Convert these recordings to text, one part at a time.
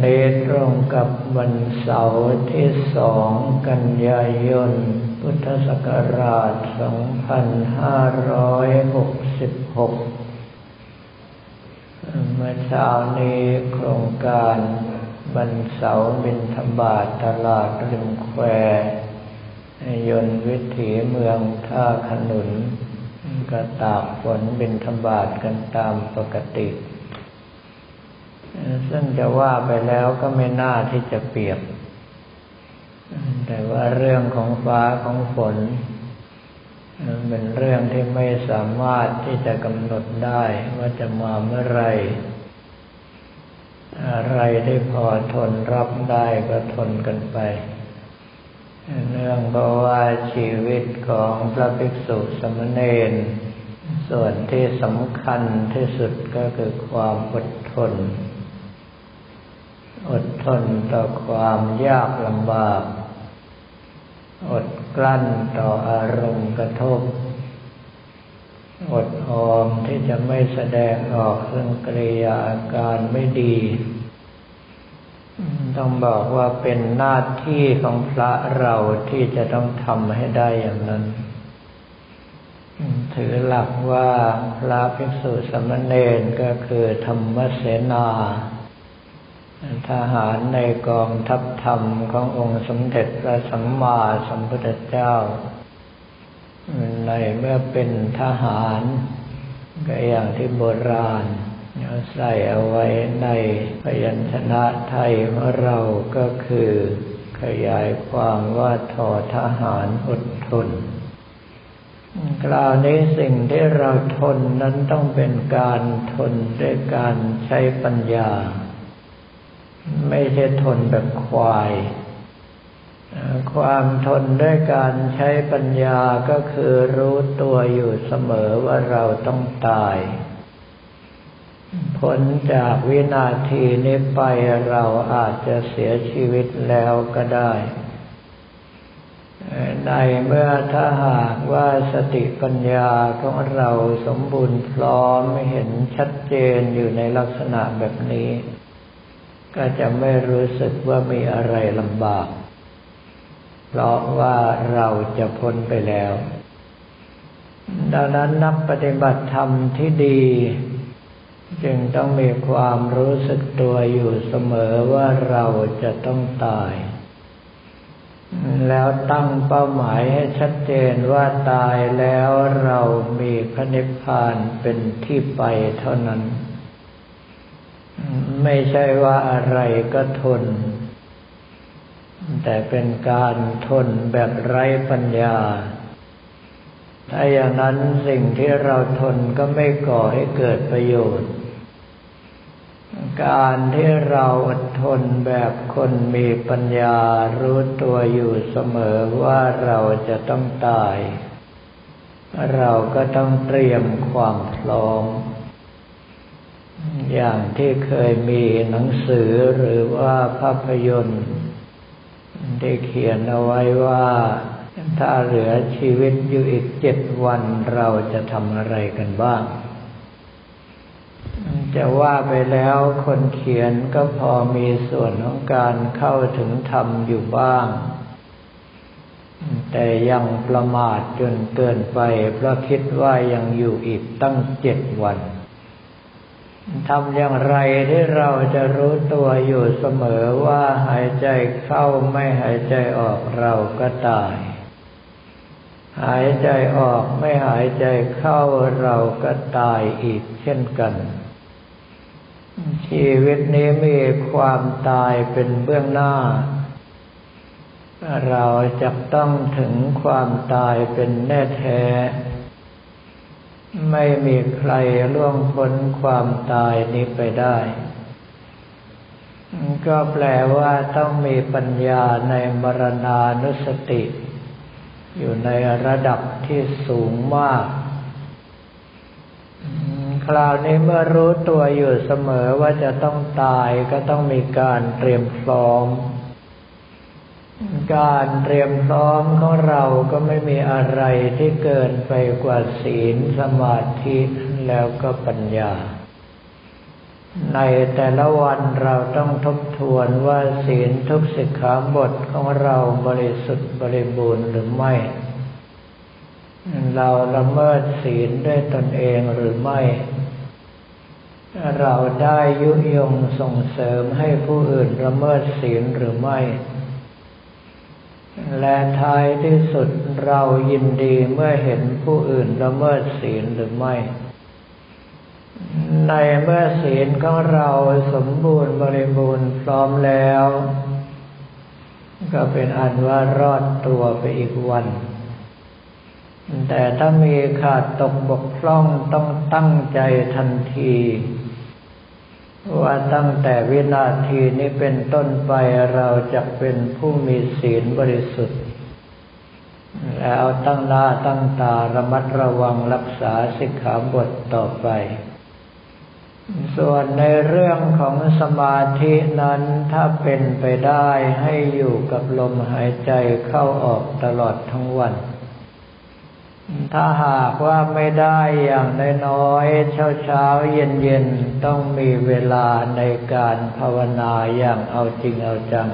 นี้ตรงกับวันเสาร์ที่2 กันยายน พุทธศักราช 2566 เมื่อเช้านี้โครงการวันเสาร์บิณฑบาตตลาดริมแควยนต์วิถีเมืองท่าขนุนก็ตากฝนบิณฑบาตกันตามปกติซึ่งจะว่าไปแล้วก็ไม่น่าที่จะเปียกแต่ว่าเรื่องของฟ้าของฝนเป็นเรื่องที่ไม่สามารถที่จะกำหนดได้ว่าจะมาเมื่อไรอะไรที่พอทนรับได้ก็ทนกันไปเนื่องเพราะว่าชีวิตของพระภิกษุสามเณรส่วนที่สำคัญที่สุดก็คือความอดทนต่อความยากลำบากอดกลั้นต่ออารมณ์กระทบอดออมที่จะไม่แสดงออกซึ่งกิริยาอาการไม่ดีต้องบอกว่าเป็นหน้าที่ของพระเราที่จะต้องทำให้ได้อย่างนั้นถือหลักว่าพระภิกษุสามเณรก็คือธรรมเสนาทหารในกองทัพธรรมขององค์สมเด็จพระสัมมาสัมพุทธเจ้าในเมื่อเป็นทหารก็อย่างที่โบราณใส่เอาไว้ในพยัญชนะไทยของเราก็คือขยายความว่าทอทหารอดทนกล่าวนี้สิ่งที่เราทนนั้นต้องเป็นการทนด้วยการใช้ปัญญาไม่ใช่ทนแบบควายความทนด้วยการใช้ปัญญาก็คือรู้ตัวอยู่เสมอว่าเราต้องตายพ้นจากวินาทีนี้ไปเราอาจจะเสียชีวิตแล้วก็ได้ในเมื่อถ้าหากว่าสติปัญญาของเราสมบูรณ์พร้อมเห็นชัดเจนอยู่ในลักษณะแบบนี้ก็จะไม่รู้สึกว่ามีอะไรลำบากเพราะว่าเราจะพ้นไปแล้วดังนั้นนักปฏิบัติธรรมที่ดีจึงต้องมีความรู้สึกตัวอยู่เสมอว่าเราจะต้องตายแล้วตั้งเป้าหมายให้ชัดเจนว่าตายแล้วเรามีพระนิพพานเป็นที่ไปเท่านั้นไม่ใช่ว่าอะไรก็ทนแต่เป็นการทนแบบไร้ปัญญาถ้าอย่างนั้นสิ่งที่เราทนก็ไม่ก่อให้เกิดประโยชน์การที่เราอดทนแบบคนมีปัญญารู้ตัวอยู่เสมอว่าเราจะต้องตายเราก็ต้องเตรียมความพร้อมอย่างที่เคยมีหนังสือหรือว่าภาพยนตร์ได้เขียนเอาไว้ว่าถ้าเหลือชีวิตอยู่อีก7 วันเราจะทำอะไรกันบ้างจะว่าไปแล้วคนเขียนก็พอมีส่วนของการเข้าถึงธรรมอยู่บ้างแต่ยังประมาทจนเกินไปเพราะคิดว่ายังอยู่อีกตั้ง7 วันทำอย่างไรที่เราจะรู้ตัวอยู่เสมอว่าหายใจเข้าไม่หายใจออกเราก็ตายหายใจออกไม่หายใจเข้าเราก็ตายอีกเช่นกันชีวิตนี้มีความตายเป็นเบื้องหน้าเราจะต้องถึงความตายเป็นแน่แท้ไม่มีใครล่วงพ้นความตายนี้ไปได้ก็แปลว่าต้องมีปัญญาในมรณานุสติอยู่ในระดับที่สูงมากคราวนี้เมื่อรู้ตัวอยู่เสมอว่าจะต้องตายก็ต้องมีการเตรียมพร้อมการเตรียมพร้อมของเราก็ไม่มีอะไรที่เกินไปกว่าศีลสมาธิแล้วก็ปัญญาในแต่ละวันเราต้องทบทวนว่าศีลทุกสิกขาบทของเราบริสุทธิ์บริบูรณ์หรือไม่เราละเมิดศีลด้วยตนเองหรือไม่เราได้ยุยงส่งเสริมให้ผู้อื่นละเมิดศีลหรือไม่และท้ายที่สุดเรายินดีเมื่อเห็นผู้อื่นละเมิดศีลหรือไม่ในเมื่อศีลของเราสมบูรณ์บริบูรณ์พร้อมแล้วก็เป็นอันว่ารอดตัวไปอีกวันแต่ถ้ามีขาดตกบกพร่องต้องตั้งใจทันทีว่าตั้งแต่วินาทีนี้เป็นต้นไปเราจะเป็นผู้มีศีลบริสุทธิ์แล้วตั้งหน้าตั้งตาระมัดระวังรักษาสิกขาบทต่อไปส่วนในเรื่องของสมาธินั้นถ้าเป็นไปได้ให้อยู่กับลมหายใจเข้าออกตลอดทั้งวันถ้าหากว่าไม่ได้อย่างน้อยๆเช้าๆเย็นๆต้องมีเวลาในการภาวนาอย่างเอาจริงเอาจัง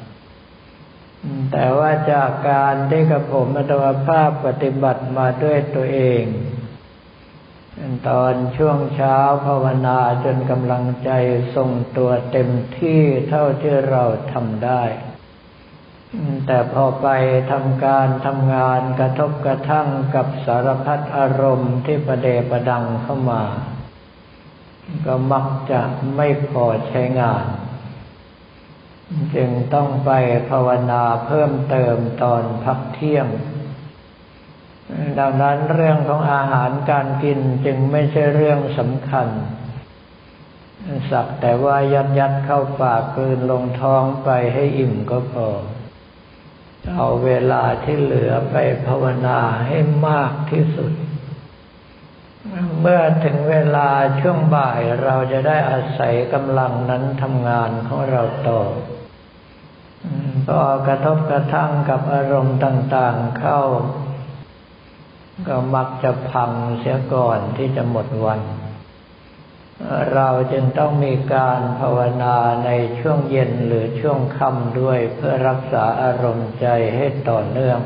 แต่ว่าจากการที่กับผมอัตภาพปฏิบัติมาด้วยตัวเองตอนช่วงเช้าภาวนาจนกำลังใจทรงตัวเต็มที่เท่าที่เราทำได้แต่พอไปทำการทำงานกระทบกระทั่งกับสารพัดอารมณ์ที่ประเดประดังเข้ามาก็มักจะไม่พอใช้งานจึงต้องไปภาวนาเพิ่มเติมตอนพักเที่ยงดังนั้นเรื่องของอาหารการกินจึงไม่ใช่เรื่องสำคัญสักแต่ว่ายัดเข้าปากกลืนลงท้องไปให้อิ่มก็พอเอาเวลาที่เหลือไปภาวนาให้มากที่สุดเมื่อถึงเวลาช่วงบ่ายเราจะได้อาศัยกำลังนั้นทำงานของเราต่อพอกระทบกระทั่งกับอารมณ์ต่างๆเข้าก็มักจะพังเสียก่อนที่จะหมดวันเราจึงต้องมีการภาวนาในช่วงเย็นหรือช่วงค่ำด้วยเพื่อรักษาอารมณ์ใจให้ต่อเนื่อง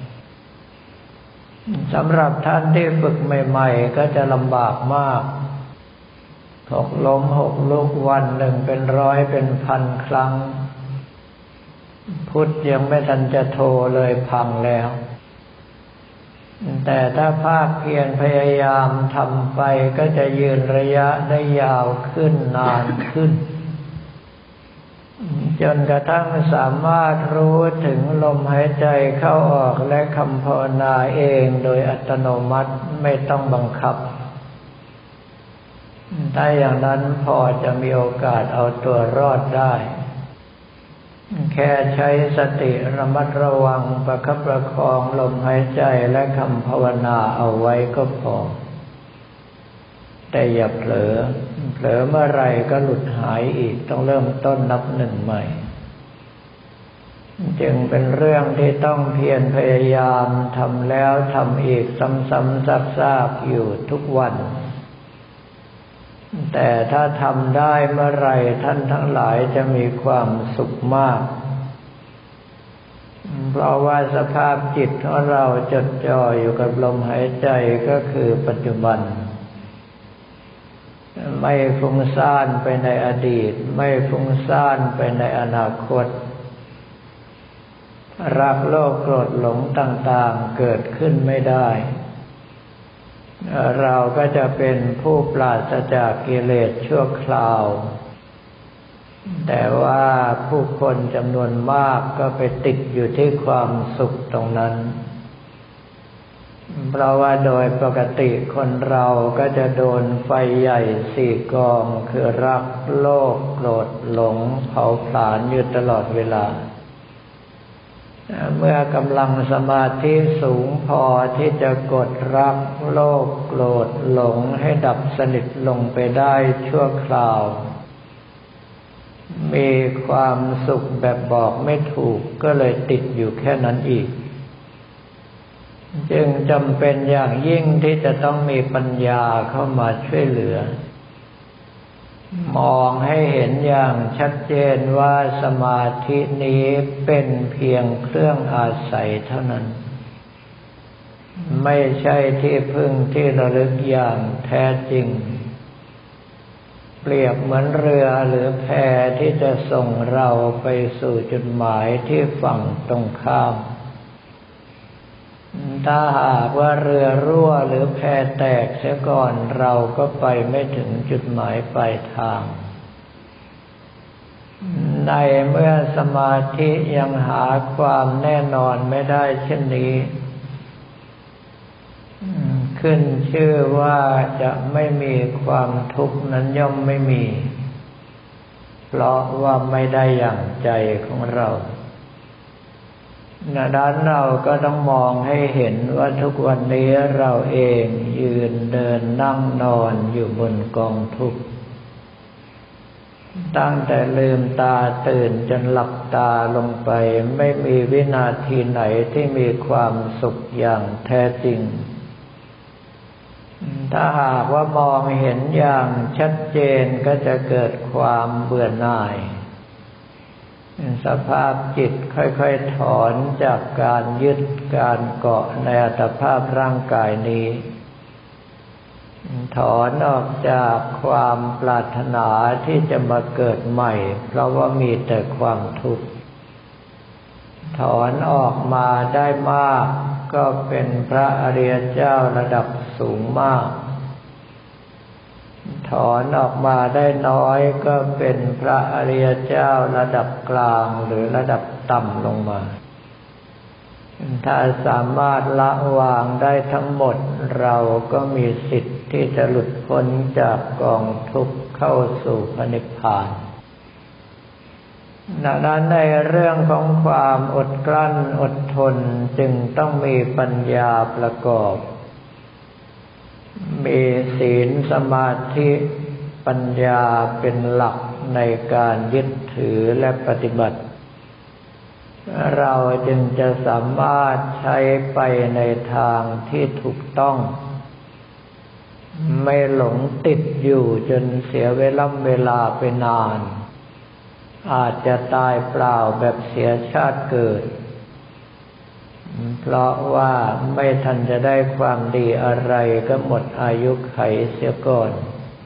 สำหรับท่านที่ฝึกใหม่ๆก็จะลำบากมากหกล้มหกลุกวันหนึ่งเป็นร้อยเป็นพันครั้งพุทธยังไม่ทันจะโทรเลยพังแล้วแต่ถ้าภาคเพียรพยายามทำไปก็จะยืนระยะได้ยาวขึ้นนานขึ้นจนกระทั่งสามารถรู้ถึงลมหายใจเข้าออกและคำภาวนาเองโดยอัตโนมัติไม่ต้องบังคับถ้าอย่างนั้นพอจะมีโอกาสเอาตัวรอดได้แค่ใช้สติระมัดระวังประคับประคองลมหายใจและคำภาวนาเอาไว้ก็พอแต่อย่าเผลอเมื่อไรก็หลุดหายอีกต้องเริ่มต้นนับหนึ่งใหม่จึงเป็นเรื่องที่ต้องเพียรพยายามทำแล้วทำอีกซ้ำๆซากๆอยู่ทุกวันแต่ถ้าทำได้เมื่อไรท่านทั้งหลายจะมีความสุขมากเพราะว่าสภาพจิตของเราจดจ่ออยู่กับลมหายใจก็คือปัจจุบันไม่ฟุ้งซ่านไปในอดีตไม่ฟุ้งซ่านไปในอนาคตรักโลภโกรธหลงต่างๆเกิดขึ้นไม่ได้เราก็จะเป็นผู้ปราศจากกิเลสชั่วคราวแต่ว่าผู้คนจำนวนมากก็ไปติดอยู่ที่ความสุขตรงนั้นเพราะว่าโดยปกติคนเราก็จะโดนไฟใหญ่สี่กองคือรักโลภโกรธหลงเผาผลาญอยู่ตลอดเวลาเมื่อกำลังสมาธิสูงพอที่จะกดรักโลภโกรธหลงให้ดับสนิทลงไปได้ชั่วคราวมีความสุขแบบบอกไม่ถูกก็เลยติดอยู่แค่นั้นอีกจึงจำเป็นอย่างยิ่งที่จะต้องมีปัญญาเข้ามาช่วยเหลือมองให้เห็นอย่างชัดเจนว่าสมาธินี้เป็นเพียงเครื่องอาศัยเท่านั้นไม่ใช่ที่พึ่งที่ระลึกอย่างแท้จริงเปรียบเหมือนเรือหรือแพที่จะส่งเราไปสู่จุดหมายที่ฝั่งตรงข้ามถ้าหากว่าเรือรั่วหรือแพแตกเสียก่อนเราก็ไปไม่ถึงจุดหมายปลายทางในเมื่อสมาธิยังหาความแน่นอนไม่ได้เช่นนี้ขึ้นชื่อว่าจะไม่มีความทุกข์นั้นย่อมไม่มีเพราะว่าไม่ได้อย่างใจของเราดังนั้นเราก็ต้องมองให้เห็นว่าทุกวันนี้เราเองยืนเดินนั่งนอนอยู่บนกองทุกข์ตั้งแต่ลืมตาตื่นจนหลับตาลงไปไม่มีวินาทีไหนที่มีความสุขอย่างแท้จริงถ้าหากว่ามองเห็นอย่างชัดเจนก็จะเกิดความเบื่อหน่ายสภาพจิตค่อยๆถอนจากการยึดการเกาะในอัตภาพร่างกายนี้ถอนออกจากความปรารถนาที่จะมาเกิดใหม่เพราะว่ามีแต่ความทุกข์ถอนออกมาได้มากก็เป็นพระอริยเจ้าระดับสูงมากถอนออกมาได้น้อยก็เป็นพระอริยเจ้าระดับกลางหรือระดับต่ำลงมาถ้าสามารถละวางได้ทั้งหมดเราก็มีสิทธิ์ที่จะหลุดพ้นจากกองทุกข์เข้าสู่พระนิพพานดังนั้นในเรื่องของความอดกลั้นอดทนจึงต้องมีปัญญาประกอบมีศีลสมาธิปัญญาเป็นหลักในการยึดถือและปฏิบัติเราจึงจะสามารถใช้ไปในทางที่ถูกต้องไม่หลงติดอยู่จนเสียเวลาไปนานอาจจะตายเปล่าแบบเสียชาติเกิดเพราะว่าไม่ทันจะได้ความดีอะไรก็หมดอายุไขเสียก่อน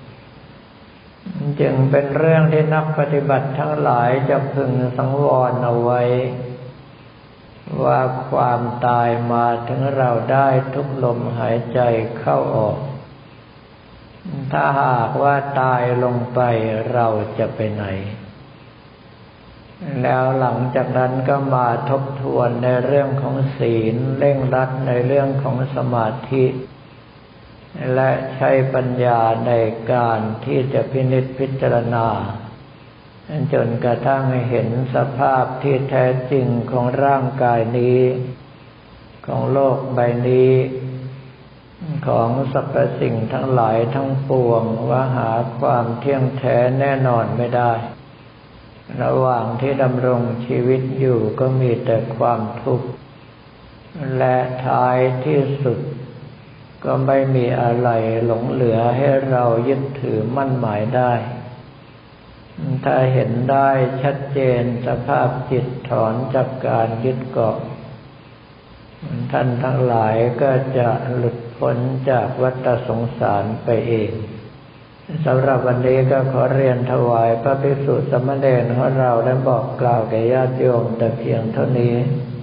จึงเป็นเรื่องที่นักปฏิบัติทั้งหลายจะพึงสังวรเอาไว้ว่าความตายมาถึงเราได้ทุกลมหายใจเข้าออกถ้าหากว่าตายลงไปเราจะไปไหนแล้วหลังจากนั้นก็มาทบทวนในเรื่องของศีลเร่งรัดในเรื่องของสมาธิและใช้ปัญญาในการที่จะพินิจพิจารณาจนกระทั่งเห็นสภาพที่แท้จริงของร่างกายนี้ของโลกใบนี้ของสรรพสิ่งทั้งหลายทั้งปวงว่าหาความเที่ยงแท้แน่นอนไม่ได้ระหว่างที่ดำรงชีวิตอยู่ก็มีแต่ความทุกข์และท้ายที่สุดก็ไม่มีอะไรหลงเหลือให้เรายึดถือมั่นหมายได้ถ้าเห็นได้ชัดเจนสภาพจิตถอนจากการยึดเกาะท่านทั้งหลายก็จะหลุดพ้นจากวัฏสงสารไปเองสำหรับวันนี้ก็ขอเรียนถวายพระภิกษุสามเณรของเราและบอกกล่าวแก่ญาติโยมแต่เพียงเท่านี้